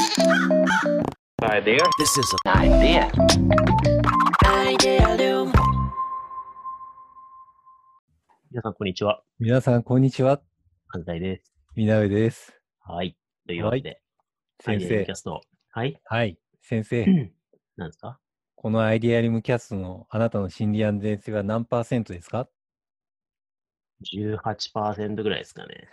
Idea. This is an idea. Idealium. 皆さん、こんにちは。 皆さん、こんにちは。 安西です。 みなべです。 はい。というわけで、アイ先生デアリムキャ。スト。はい。 はい。先生、 何ですか？ このアイデアリムキャストのあなたの心理安全性は何%ですか？ 18% ぐらいですかね。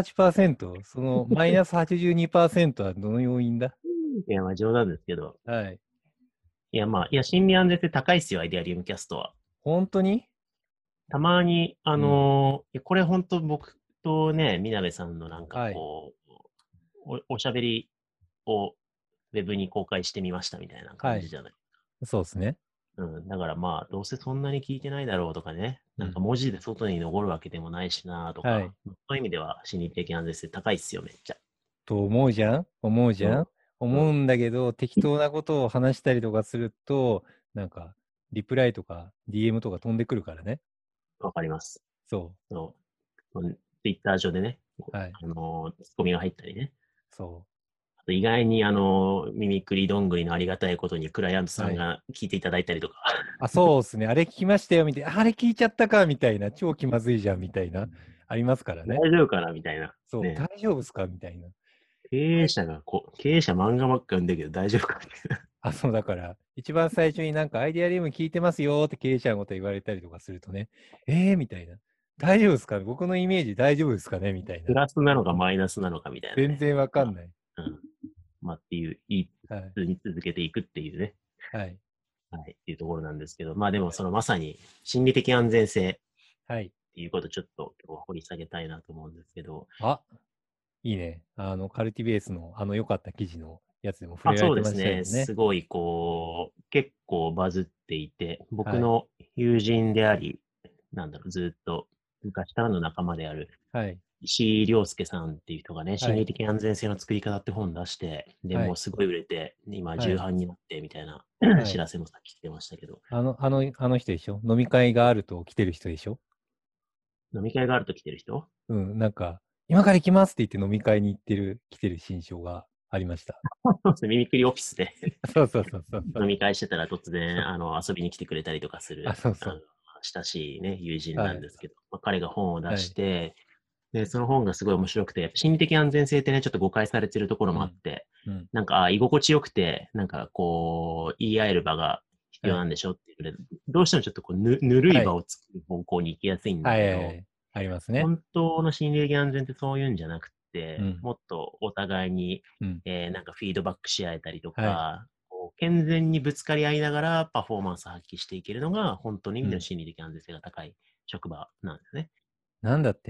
18%？ そのマイナス 82% はどの要因だ？ いや、まあ冗談ですけど。 はい。 いや、まあ、いや、心理安全性高いっすよ、アイデアリムキャストは。 本当に？ たまに、いやこれ本当僕とね、みなべさんのなんかこう、おしゃべりをウェブに公開してみましたみたいな感じじゃない。 そうですね。 うん。だからまあ、どうせそんなに聞いてないだろうとかね、なんか文字で外に残るわけでもないしなとか、 はいそういう意味では心理的安全性高いっすよ、めっちゃ。 と思うじゃんうん思うんだけど、適当なことを話したりとかすると、なんか、リプライとか DM とか飛んでくるからね。 わかります。 そツイッター上でね、 はい。 ツッコミが入ったりね。 そあと意外にミミクリどんぐりのありがたいことにクライアントさんが聞いていただいたりとか。 う。そうですね。あれ聞きましたよ、みたいな。あれ聞いちゃったか、みたいな。超気まずいじゃん、みたいな。ありますからね。 大丈夫かなみたいな。 そう、 ね、 大丈夫ですかみたいな。 経営者漫画ばっか読んでるけど大丈夫かみたいな。 そう、だから、一番最初になんかアイデアリウム聞いてますよって経営者のこと言われたりとかするとね、みたいな。大丈夫ですか？僕のイメージ大丈夫ですかねみたいな。 プラスなのかマイナスなのかみたいな、ね。 全然わかんない。 まあっていう、普通に続けていくっていうね。 はい。 はい。っていうところなんですけど、まあでもそのまさに心理的安全性っていうことをちょっと今日は掘り下げたいなと思うんですけど。 いいね。カルティベースの良かった記事のやつでも触れられてましたよね。 そうですね。すごい結構バズっていて、僕の友人であり、ずっと昔からの仲間である、石井亮介さんっていう人がね、心理的安全性の作り方って本出して、で、もうすごい売れて、今重版になってみたいな知らせもさっき来てましたけど。 あの人でしょ？飲み会があると来てる人でしょ？ 飲み会があると来てる人？ なんか、今から行きますって言って飲み会に来てる新章がありました。 ミミクリオフィスでそう飲み会してたら突然遊びに来てくれたりとかする親しいね友人なんですけど、彼が本を出して、でその本がすごい面白くて、心理的安全性ってねちょっと誤解されてるところもあって、なんか居心地よくてなんかこう言い合える場が必要なんでしょっていうので、どうしてもちょっとぬるい場を作る方向に行きやすいんだけど、 ありますね。 本当の心理的安全ってそういうんじゃなくて、もっとお互いに、なんかフィードバックし合えたりとか、健全にぶつかり合いながらパフォーマンスを発揮していけるのが本当に意味の心理的安全性が高い職場なんですね。 なんだって？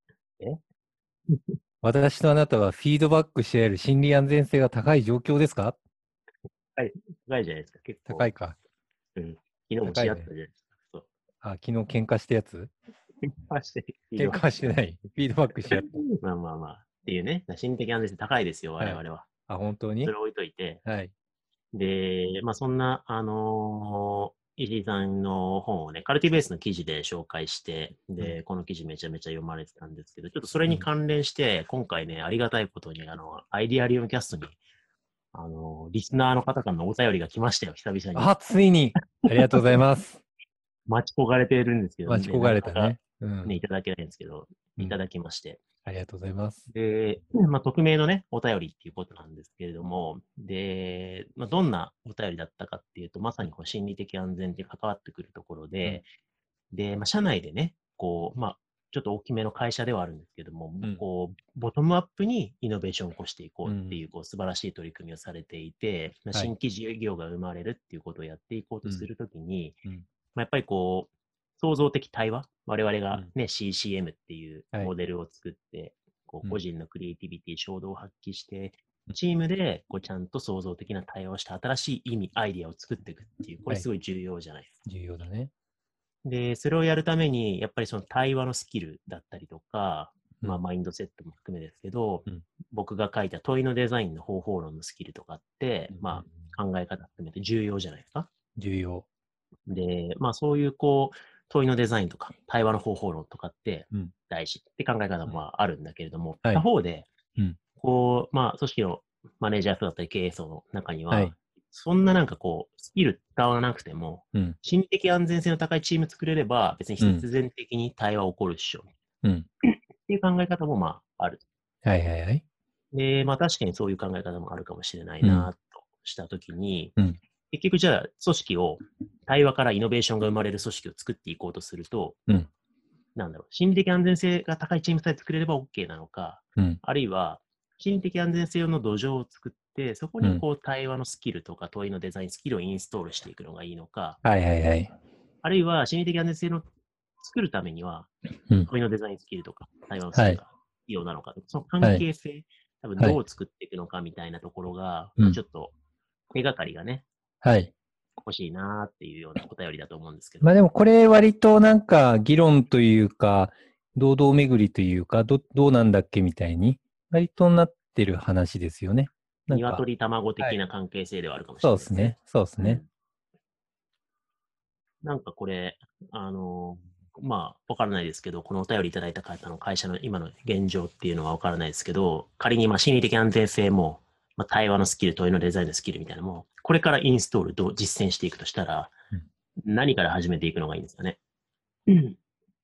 私とあなたはフィードバックし合える心理安全性が高い状況ですか？ はい、高いじゃないですか、結構。 高いか。 昨日もし合ったじゃないですか。そう昨日喧嘩したやつ？ 喧嘩してない。フィードバックし合った。 まあ。っていうね、心理的安全性高いですよ、我々は。 本当に？ それ置いといて。で、そんな、石井さんの本をね、カルティベースの記事で紹介して、で、この記事めちゃめちゃ読まれてたんですけど、ちょっとそれに関連して、今回ね、ありがたいことに、アイディアリウムキャストに、リスナーの方からのお便りが来ましたよ、久々に。 ついにありがとうございます。 待ち焦がれているんですけど、 待ち焦がれたね。 いただけないんですけど、いただきまして。 ありがとうございます。 で、匿名のね、お便りっていうことなんですけれども、で、どんなお便りだったかっていうと、まさに心理的安全って関わってくるところで、で、社内でね、ちょっと大きめの会社ではあるんですけども、ボトムアップにイノベーションを起こしていこうっていう、素晴らしい取り組みをされていて、新規事業が生まれるっていうことをやっていこうとするときに、やっぱり創造的対話、我々がね、CCM っていうモデルを作って、個人のクリエイティビティ、衝動を発揮して、チームでちゃんと創造的な対話をした新しいアイディアを作っていくっていう、これすごい重要じゃないですか。 重要だね。 で、それをやるために、やっぱりその対話のスキルだったりとか、マインドセットも含めですけど、僕が書いた問いのデザインの方法論のスキルとかって、考え方含めて重要じゃないですか。 重要。 で、そういう問いのデザインとか、対話の方法論とかって大事って考え方もあるんだけれども、他方で、組織のマネージャー層だったり経営層の中には、 はいそんななんかこう、スキル使わなくても、 うん。 心理的安全性の高いチーム作れれば、別にうん。 必然的に対話起こるっしょ。 うん。 っていう考え方もまあある。 はいはいはい。 で、まあ確かにそういう考え方もあるかもしれないうん。 なとしたときに、 うん。 結局じゃあ組織を、対話からイノベーションが生まれる組織を作っていこうとすると、 うん。 なんだろう、心理的安全性が高いチームさえ作れれば OK なのか、 うん。 あるいは、心理的安全性用の土壌を作って、そこうん。 にこう対話のスキルとか問いのデザインスキルをインストールしていくのがいいのか、 はいはいはい。 あるいは心理的安全性の作るためには、 うん。 問いのデザインスキルとか対話のスはい。 キルが必要なのか、その関はい。 係性、多分はい。 どう作っていくのかみたいなところが、 うん。 ちょっと手がかりがね、 はい。 欲しいなっていうようなお便りだと思うんですけど。 まあでもこれ割となんか議論というか、堂々巡りというか、どうなんだっけみたいに、割となってる話ですよね。なんか、 鶏卵はい。 的な関係性ではあるかもしそうですね。 れないですね。 そうですね。 うん。なんかこれ、まあ、わからないですけど、このお便りいただいた方の会社の今の現状っていうのはわからないですけど、仮にまあ心理的安全性も、まあ、対話のスキル、問いのデザインのスキルみたいなのも、これからインストール、実践していくとしたら、 うん何から始めていくのがいいんですかね。うん。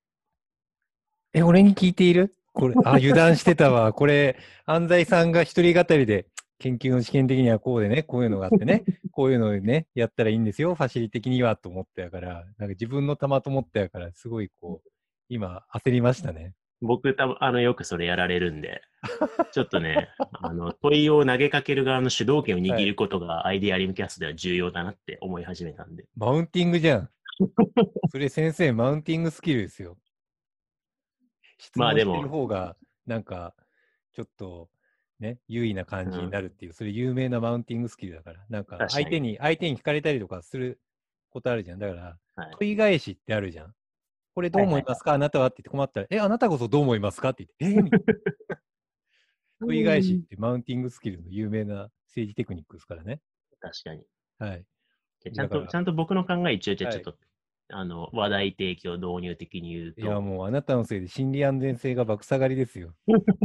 俺に聞いているこれ、油断してたわ。これ、安西さんが一人語りで、研究の試験的にはこうでね、こういうのがあってね、こういうのをね、やったらいいんですよ、ファシリ的にはと思ったやから、なんか自分の玉と思ったやから、すごいこう、今、焦りましたね。 僕多分、よくそれやられるんで、ちょっとね、問いを投げかける側の主導権をはい。 握ることがアイデアリムキャストでは重要だなって思い始めたんで。 マウンティングじゃん。それ先生、マウンティングスキルですよ。質問してるまあでも、 方が、なんか、ちょっと、ね、優位な感じにうん、 なるっていう、それ有名なマウンティングスキルだから、なんか、 確かに。 相手に聞かれたりとかすることあるじゃん。だから、 はい。 問い返しってあるじゃん。これどうはいはいはい。 思いますかあなたはって言って困ったら、あなたこそどう思いますかって言って、みたいな。問い返しってマウンティングスキルの有名な政治テクニックですからね。 確かに。 はい。 ちゃんと、ちだから、 ゃんと僕の考え一応じゃあはい。 ちょっと、話題提供導入的に言ういや、 と、 もうあなたのせいで心理安全性が爆下がりですよ。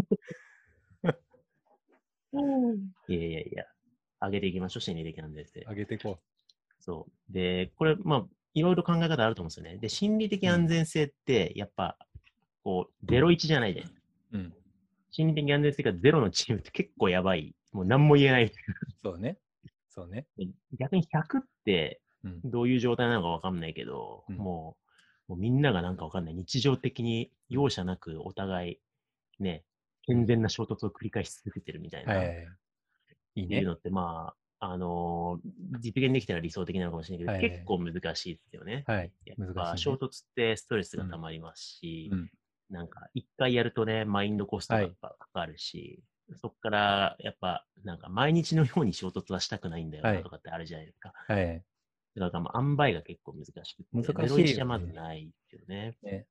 いやいやいや、上げていきましょう、心理的安全性。 上げてこそう。で、これ、まあ、いろいろ考え方あると思うんですよね。で、心理的う。うん。 安全性って、やっぱ、こう、01じゃないで。 うん。 心理的安全性がゼロのチームって結構やばい。もう何も言えない。 そうね。そうね。 逆に100ってうん。 どういう状態なのかわかんないけど、 うん。 もうみんながなんかわかんない。日常的にうん。 容赦なくお互いね、 うん。 健全な衝突を繰り返し続けてるみたいな、っはい。いいね。 ていうのって、まあ、実現できたら理想的なのかもしれないけど、結はい。 構難しいですよね。 はい。 やっ難しいね。 ぱ衝突ってストレスうん。 が溜まりますし、 うん。 なんか一回やるとね、マインドコストがやっはい。 ぱかかるし、そこからやっぱなんか毎日のように衝突はしたくないんだよはい。 なとかってあるじゃないですか。 はい。 だからまあ、塩梅が結構難しくて、 難し 01じゃまずいよね。 ないですよね。 ね。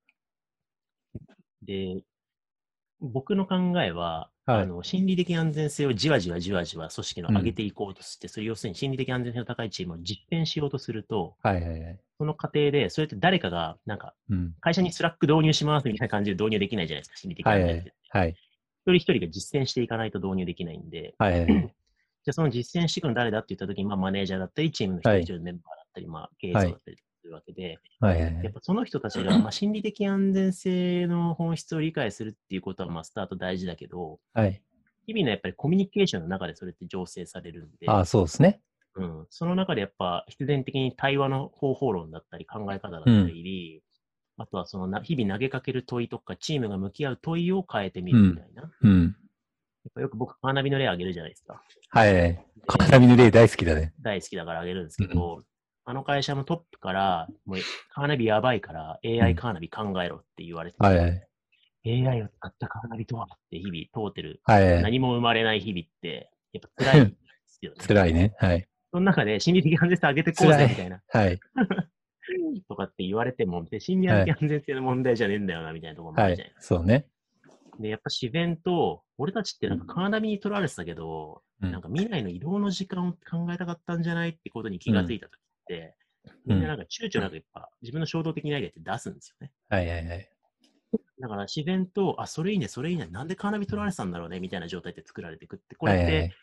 で、僕の考えは、 はい。 心理的安全性をじわじわじわじわ組織のうん。 上げていこうとして、それ要するに心理的安全性の高いチームを実践しようとすると、 はいはいはい。 その過程で、それって誰かが、なんか、 うん。 会社にスラック導入しますみたいな感じで導入できないじゃないですか、心理的はいはい。 安全性って。 はい。 一人一人が実践していかないと導入できないんで、 はいはいはい。 じゃあその実践していくの誰だって言ったときに、まあマネージャーだったり、チームの一はい。 人一人のメンバーだったり、まあ経営はい。 層だったりするわけで、 はいはいはい。 やっぱその人たちが、まあ、心理的安全性の本質を理解するっていうことは、まあ、スタート大事だけど、 はい。 日々のやっぱりコミュニケーションの中でそれって醸成されるんああ、 で、 そうですね。 うん、その中でやっぱ必然的に対話の方法論だったり考え方だっうん。 たり、あとはその日々投げかける問いとか、チームが向き合う問いを変えてみうん。 るみたいな。やっうん。 ぱよく僕、カーナビの例あげるじゃないですか。 はいはい。カーナで、まあ、 ビの例大好きだね。 大好きだからあげるんですうん。 けど、あの会社のトップから、もうカーナビやばいからう AI ん。 カーナビ考えろって言われてて、 はいはい。 AI を使ったカーナビとはって日々通ってる、 はいはい。 何も生まれない日々って、やっぱ辛いですよね。 辛いね。はい。 その中で心理的安全性上げてこう辛い。 ぜみたいな、 はい。 とかって言われても、で心理はい。 的安全性の問題じゃねえんだよな、みたいなところもあはい。 るじゃないですか。 そうね。 で、やっぱ自然と、俺たちってなんかカーナビに取られてたけど、 うん。 なんか未来の移動の時間を考えたかったんじゃないってことに気うん。 がついたときって、 うん。 みんななんか躊躇なくやっぱ自分の衝動的なアイデアって出すんですよね。 はいはいはい。 だから自然と、あ、それいいね、それいいね、なんでカーナビ取られてたんだろうね、みたいな状態って作られていくって、こはれっていはいはい。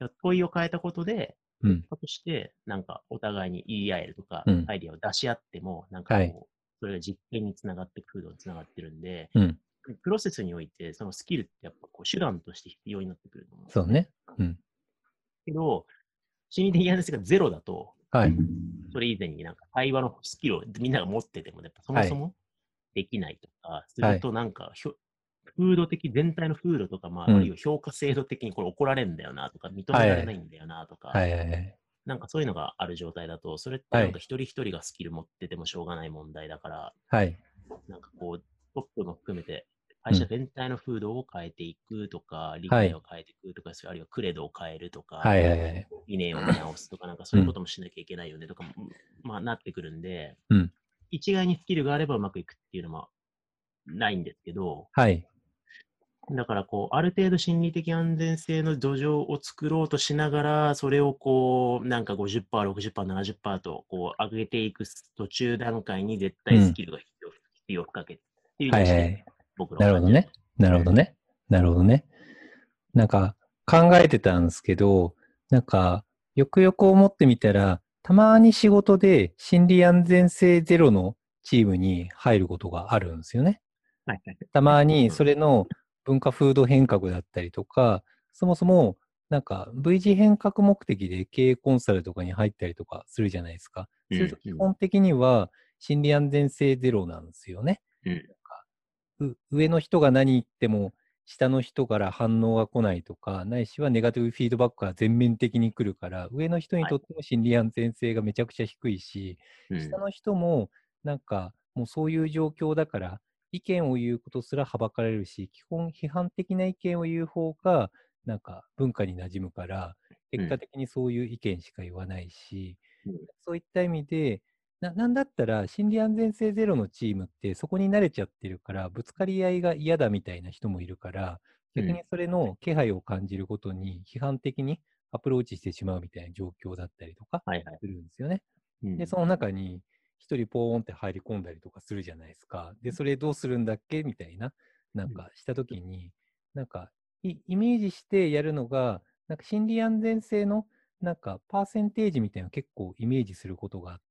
問いを変えたことで、 うん。 結果として、なんかお互いに言い合えるとか、 うん。 アイディアを出し合っても、なんかはい。 こう、それが実験につながっていく、風土につながってるんで、 うん。 プロセスにおいて、そのスキルってやっぱこう手段として必要になってくると思うんですよね。 そうね。うん。 けど、心理的な話がゼロだと、 はい。 それ以前になんか対話のスキルをみんなが持ってても、やっぱそもはい。 そもできないとか、すはい。 るとなんか風土的、全体の風土とか、まあ、あるいうん。 は評価制度的にこれ怒られるんだよなとか、認めはい。 られないんだよなとか、 はい。はい。 なんかそういうのがある状態だと、それってはい。 なんか一人一人がスキル持っててもしょうがない問題だから、 はい。 なんかこう、トップも含めて、会社うん。 全体の風土を変えていくとか、理はい。 解を変えていくとか、あるいはクレドを変えるとか、 はい。はい。はい。 理念を見直すとか、なんかそうん。 ういうこともしなきゃいけないよねとかも、まあなってくるんで、 うん。 一概にスキルがあればうまくいくっていうのもないんですけど、 はい。 だからこう、ある程度心理的安全性の土壌を作ろうとしながら、それをこう、なんか50%、60%、70%とこう上げていく途中段階に絶うん。 対スキルが必要不可欠っていう意はい。は味でい。 僕の感じだと。 なるほどね。なうん。 るほどね。なるほどね。なんか考えてたんですけど、なんかよくよく思ってみたら、たまに仕事で心理安全性ゼロのチームに入ることがあるんですよね。 はいはい。 たまにうん。 それの文化風土変革だったりとか、そもそもなんか V 字変革目的で経営コンサルとかに入ったりとかするじゃないですか。するとうん。うん。 基本的には心理安全性ゼロなんですよね。 うん。 上の人が何言っても、下の人から反応が来ないとか、ないしはネガティブフィードバックが全面的に来るから、上の人にはい。 とっても心理安全性がめちゃくちゃ低いし、 うん。 下の人もなんかもうそういう状況だから、意見を言うことすらはばかれるし、基本批判的な意見を言う方が、なんか文化に馴染むから、 うん。 結果的にそういう意見しか言わないし、 うん。 そういった意味で、なんだったら心理安全性ゼロのチームってそこに慣れちゃってるから、ぶつかり合いが嫌だみたいな人もいるから、逆にうん。 それの気配を感じることに批判的にアプローチしてしまうみたいな状況だったりとかはいはい。 するんですよね。で、 うん。 その中に一人ポーンって入り込んだりとかするじゃないですか。で、それどうするんだっけみたいな、なんうん。 かしたときに、なんかイメージしてやるのが、なんか心理安全性のなんかパーセンテージみたいなのを結構イメージすることがあって、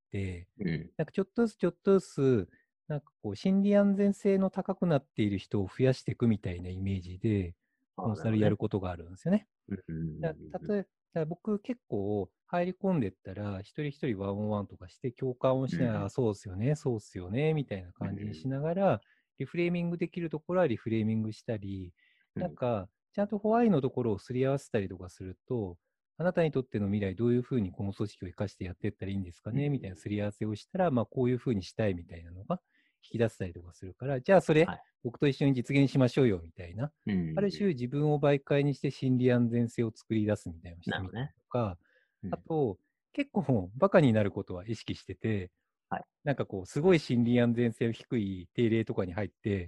うん。 なんかちょっとずつちょっとずつ、なんかこう心理安全性の高くなっている人を増やしていくみたいなイメージで、コああ、 ンサルなるほどね。 やることがあるんですよね。 うん。うん。 例えば僕結構入り込んでったら、一人一人ワンオンワンとかして共感をうん。 しながら、あそうっすよね、そうっすよね、みたいなうん。 感じにしながら、リフレーミングできるところはリフレーミングしたり、 うん。 なんか、ちゃんとホワイのところをすり合わせたりとかすると、あなたにとっての未来、どういうふうにこの組織を生かしてやっていったらいいんですかうん。 ねみたいなすり合わせをしたら、まあ、こういうふうにしたいみたいなのが引き出せたりとかするから、じゃあそれ、 はい。 僕と一緒に実現しましょうよみたいな。 うん。 ある種自分を媒介にして心理安全性を作り出すみたいなのをしてみたりなるほどね。 とか、 うん。 あと、結構バカになることは意識してて、 はい。 なんかこう、すごい心理安全性低い定例とかに入って、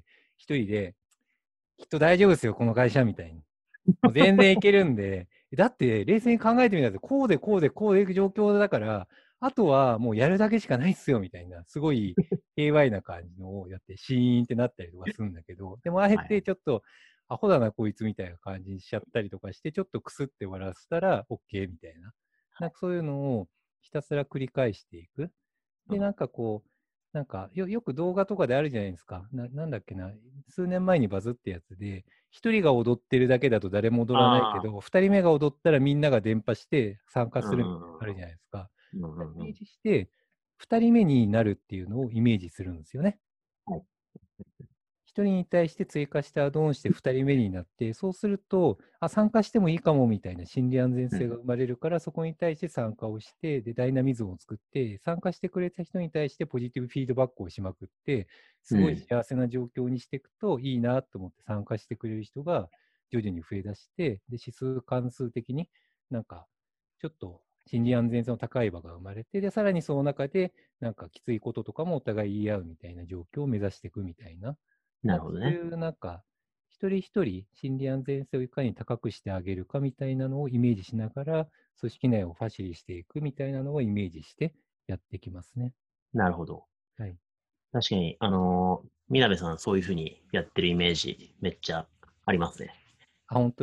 一人で、きっと大丈夫ですよ、この会社みたいに。もう全然いけるんで、だって冷静に考えてみたら、こうでこうでこういう状況だから、あとはもうやるだけしかないっすよみたいな、すごい KY な感じのをやって、シーンってなったりとかするんだけど、でもあえはい。 てちょっと、アホだなこいつみたいな感じにしちゃったりとかして、ちょっとクスって笑わせたら OK みたいな。なんかそういうのをひたすら繰り返していく。で、なんかこう、なんかよく動画とかであるじゃないですか。なんだっけな、数年前にバズったやつで、一人が踊ってるだけだと誰も踊らないけああ、 ど、二人目が踊ったらみんなが伝播して参加うするみたいなのあるん。 じゃないですか。 うんうんうん。 イメージして、二人目になるっていうのをイメージするんですよね。 はい。 一人に対して追加してアドオンして二人目になって、そうすると、参加してもいいかもみたいな心理安全うん。 性が生まれるから、そこに対して参加をして、で、ダイナミズムを作って、参加してくれた人に対してポジティブフィードバックをしまくって、すごいうん。 幸せな状況にしていくといいなと思って参加してくれる人が徐々に増え出して、で、指数関数的になんか、ちょっと心理安全性の高い場が生まれて、で、さらにその中で、なんかきついこととかもお互い言い合うみたいな状況を目指していくみたいな、なんかなるほどね。 そういうなんか、一人一人心理安全性をいかに高くしてあげるかみたいなのをイメージしながら、組織内をファシリしていくみたいなのをイメージしてやっていきますね。 なるほど。 はい。 確かに、みなべさんそういうふうにやってるイメージめっちゃありますね。 あ、本当に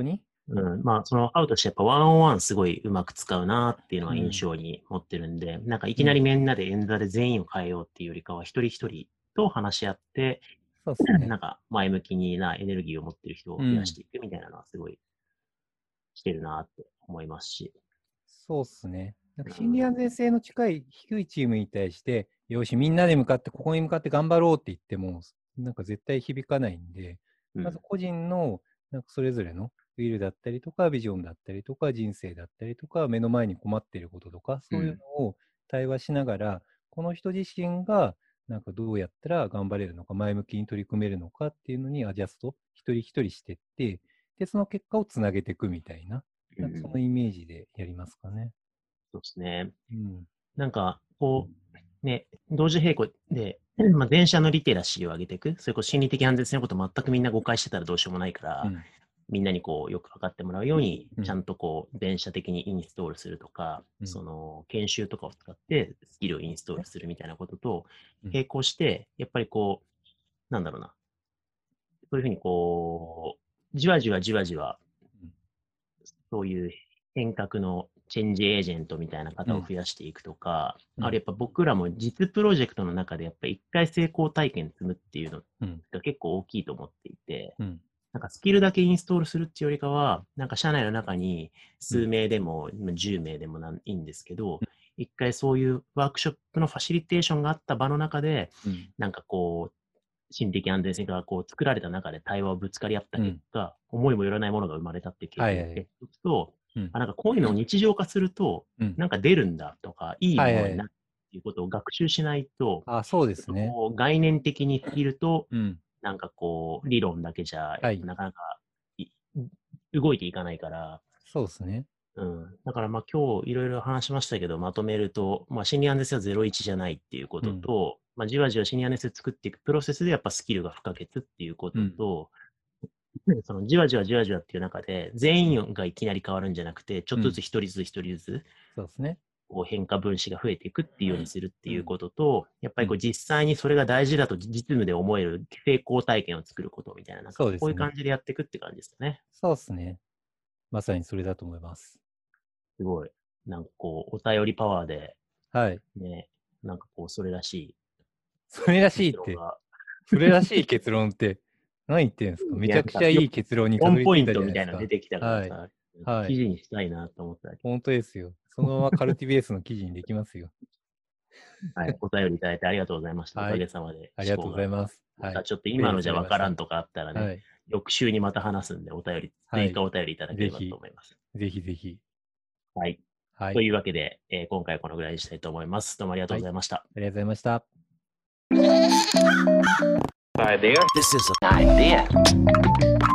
まあ、その会うとしてやっぱワンオンワンすごいうまく使うなっていうのは印象に持ってるんで、なんかいきなりみんなで演座で全員を変えようっていうよりかは、一人一人と話し合って、 そうですね。 なんか前向きなエネルギーを持ってる人を増やしていくみたいなのはすごいしてるなって思いますし。 そうですね。なんか心理安全性の近い低いチームに対して、よし、みんなで向かって、ここに向かって頑張ろうって言っても、なんか絶対響かないんで、まず個人の、なんかそれぞれのウィルだったりとか、ビジョンだったりとか、人生だったりとか、目の前に困っていることとか、そういうのを対話しながら、この人自身が、なんかどうやったら頑張れるのか、前向きに取り組めるのかっていうのにアジャスト、一人一人していって、で、その結果をつなげていくみたいな、なんかそのイメージでやりますかね。 そうですね。 うん、 なんか、こう、ね、同時並行で、まあ、電車のリテラシーを上げていく。それこそ心理的安全性のこと全くみんな誤解してたらどうしようもないから、みんなにこうよく分かってもらうように、ちゃんとこう電車的にインストールするとか、その研修とかを使ってスキルをインストールするみたいなことと並行して、やっぱりこう、なんだろうな、そういうふうにこう、じわじわじわじわ、そういう変革のチェンジエージェントみたいな方を増やしていくとか、あるやっぱ僕らも実プロジェクトの中でやっぱ一回成功体験積むっていうのが結構大きいと思っていて、なんかスキルだけインストールするっていうよりかは、なんか社内の中に数名でも10名でもいいんですけど、一回そういうワークショップのファシリテーションがあった場の中で、なんかこう、心理的安全性がこう作られた中で対話をぶつかり合った結果、思いもよらないものが生まれたっていう経験をしていくと、なんかこういうのを日常化すると、なんか出るんだとか、いいものになるっていうことを学習しないと、 そうですね。 概念的に過ぎると、なんかこう、理論だけじゃ、なかなか動いていかないから、 そうですね。 だからまあ今日いろいろ話しましたけど、まとめると、まあ心理安全性は01じゃないっていうことと、まあじわじわ心理安全性を作っていくプロセスでやっぱスキルが不可欠っていうことと、そのじわじわじわじわっていう中で、全員がいきなり変わるんじゃなくて、ちょっとずつ一人ずつ一人ずつ、 そうですね。 こう変化分子が増えていくっていうようにするっていうことと、やっぱりこう実際にそれが大事だと実務で思える成功体験を作ることみたいな、なんかこういう感じでやっていくって感じですね。 そうですね。まさにそれだと思います。 すごい。なんかこう、お便りパワーで、 はい。 ね、なんかこう、それらしい。 それらしいって、それらしい結論って、何言ってるんですか？めちゃくちゃいい結論にたどり着いたじゃないですか。 ポイントみたいなの出てきたからさ、記事にしたいなと思ったら。 本当ですよ。そのままカルティベースの記事にできますよ。 はい、お便りいただいてありがとうございました。おかげさまで。 ありがとうございます。 またちょっと今のじゃわからんとかあったらね、翌週にまた話すんで、お便り、追加お便りいただければと思います。 ぜひぜひ。 はい。というわけで、今回はこのぐらいにしたいと思います。どうもありがとうございました。 ありがとうございました。 Idea. This is an idea.